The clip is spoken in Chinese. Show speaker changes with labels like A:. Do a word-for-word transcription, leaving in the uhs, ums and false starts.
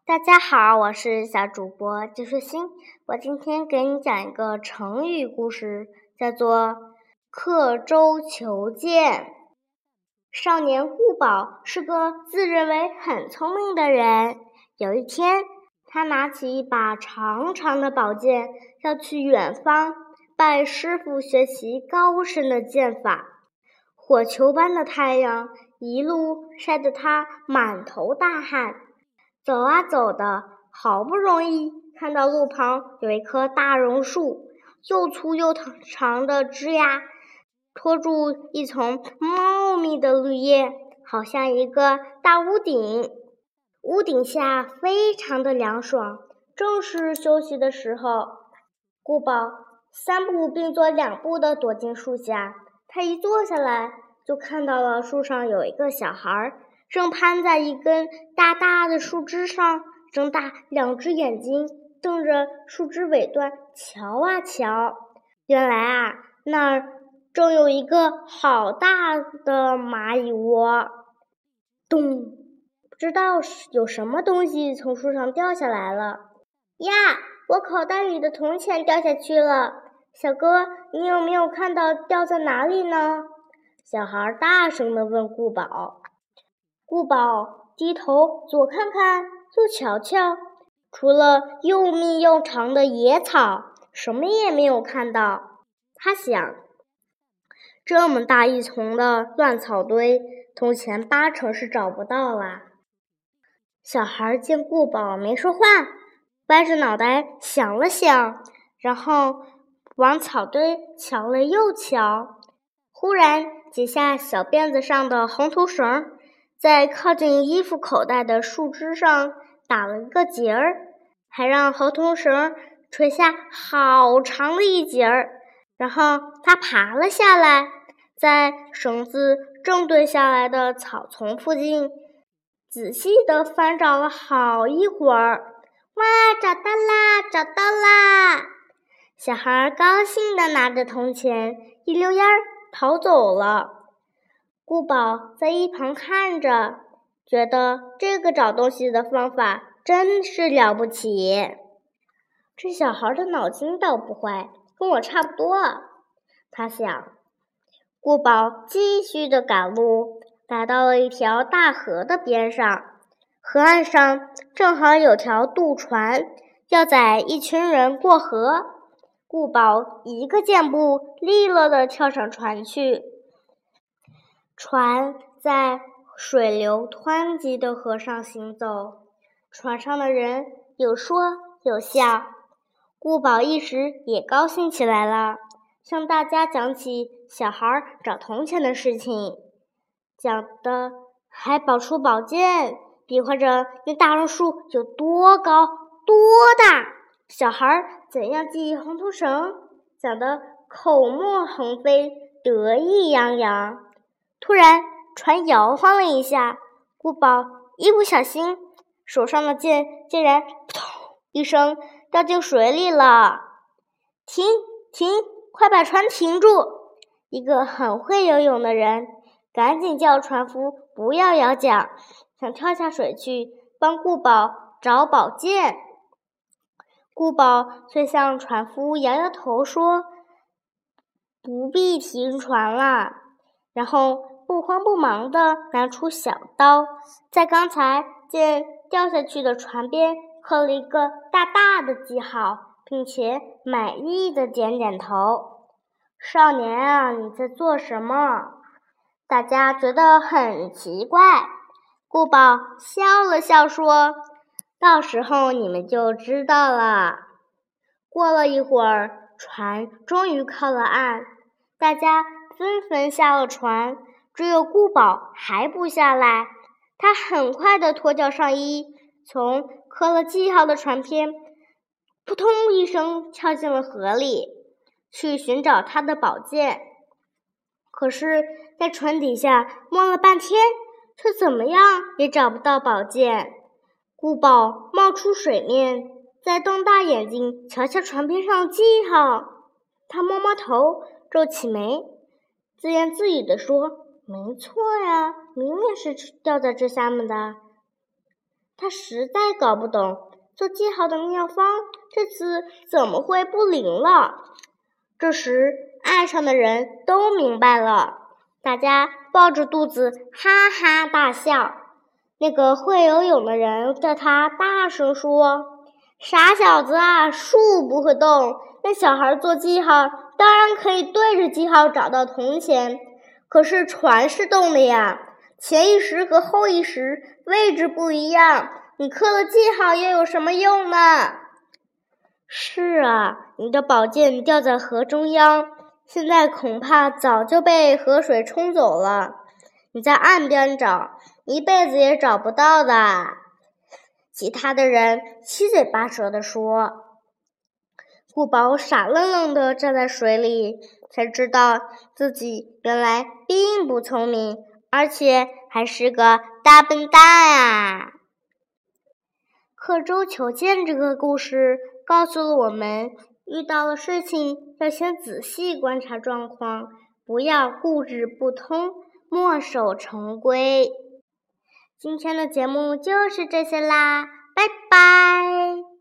A: 大家好，我是小主播季舒心。我今天给你讲一个成语故事，叫做刻舟求剑。少年顾宝是个自认为很聪明的人。有一天，他拿起一把长长的宝剑，要去远方拜师傅学习高深的剑法。火球般的太阳一路晒得他满头大汗。走啊走的，好不容易看到路旁有一棵大榕树，又粗又长的枝桠托住一丛茂密的绿叶，好像一个大屋顶。屋顶下非常的凉爽，正是休息的时候。顾宝三步并作两步地躲进树下，他一坐下来，就看到了树上有一个小孩，正攀在一根大大的树枝上，睁大两只眼睛，瞪着树枝尾端瞧啊瞧。原来啊，那儿正有一个好大的蚂蚁窝。咚！不知道有什么东西从树上掉下来了。呀，我口袋里的铜钱掉下去了。小哥，你有没有看到掉在哪里呢？小孩大声地问顾宝。顾宝低头左看看右瞧瞧，除了又密又长的野草，什么也没有看到。他想，这么大一丛的乱草堆，铜钱八成是找不到啦。小孩见顾宝没说话，歪着脑袋想了想，然后往草堆瞧了又瞧，忽然解下小辫子上的红头绳，在靠近衣服口袋的树枝上打了一个结儿，还让红头绳垂下好长的一截儿。然后他爬了下来，在绳子正对下来的草丛附近仔细地翻找了好一会儿。哇，找到啦，找到啦！小孩高兴地拿着铜钱，一溜烟儿跑走了。顾宝在一旁看着，觉得这个找东西的方法真是了不起。这小孩的脑筋倒不坏，跟我差不多。他想。顾宝继续地赶路，来到了一条大河的边上。河岸上正好有条渡船，要载一群人过河。顾宝一个箭步利落地跳上船去。船在水流湍急的河上行走，船上的人有说有笑。顾宝一时也高兴起来了，向大家讲起小孩找铜钱的事情，讲的还宝出宝剑，比划着那大榕树有多高多大，小孩怎样系红头绳，讲得口沫横飞，得意洋洋。突然船摇晃了一下，顾宝一不小心，手上的剑竟然扑通一声掉进水里了。停停，快把船停住！一个很会游泳的人赶紧叫船夫不要摇桨，想跳下水去帮顾宝找宝剑。顾宝却向船夫摇摇头说，不必停船了，然后不慌不忙地拿出小刀，在刚才剑掉下去的船边刻了一个大大的记号，并且满意地点点头。少年啊，你在做什么？大家觉得很奇怪。顾宝笑了笑说，到时候你们就知道了。过了一会儿，船终于靠了岸，大家纷纷下了船，只有顾宝还不下来。他很快地脱掉上衣，从刻了记号的船边扑通一声跳进了河里，去寻找他的宝剑。可是在船底下摸了半天，却怎么样也找不到宝剑。顾宝冒出水面，再瞪大眼睛瞧瞧船边上的记号，他摸摸头，皱起眉，自言自语地说，没错呀，明明是掉在这下面的。 他实在搞不懂，做记号的妙方这次怎么会不灵了。这时，岸上的人都明白了，大家抱着肚子哈哈大笑。那个会游泳的人对他大声说：“傻小子啊，树不会动，那小孩做记号当然可以对着记号找到铜钱，可是船是动的呀，前一时和后一时位置不一样，你刻了记号又有什么用呢？”是啊，你的宝剑掉在河中央，现在恐怕早就被河水冲走了。你在岸边找，一辈子也找不到的。其他的人七嘴八舌地说。顾宝傻愣愣地站在水里，才知道自己原来并不聪明，而且还是个大笨蛋啊！刻舟求剑这个故事告诉了我们，遇到了事情要先仔细观察状况，不要固执不通，墨守成规。今天的节目就是这些啦，拜拜。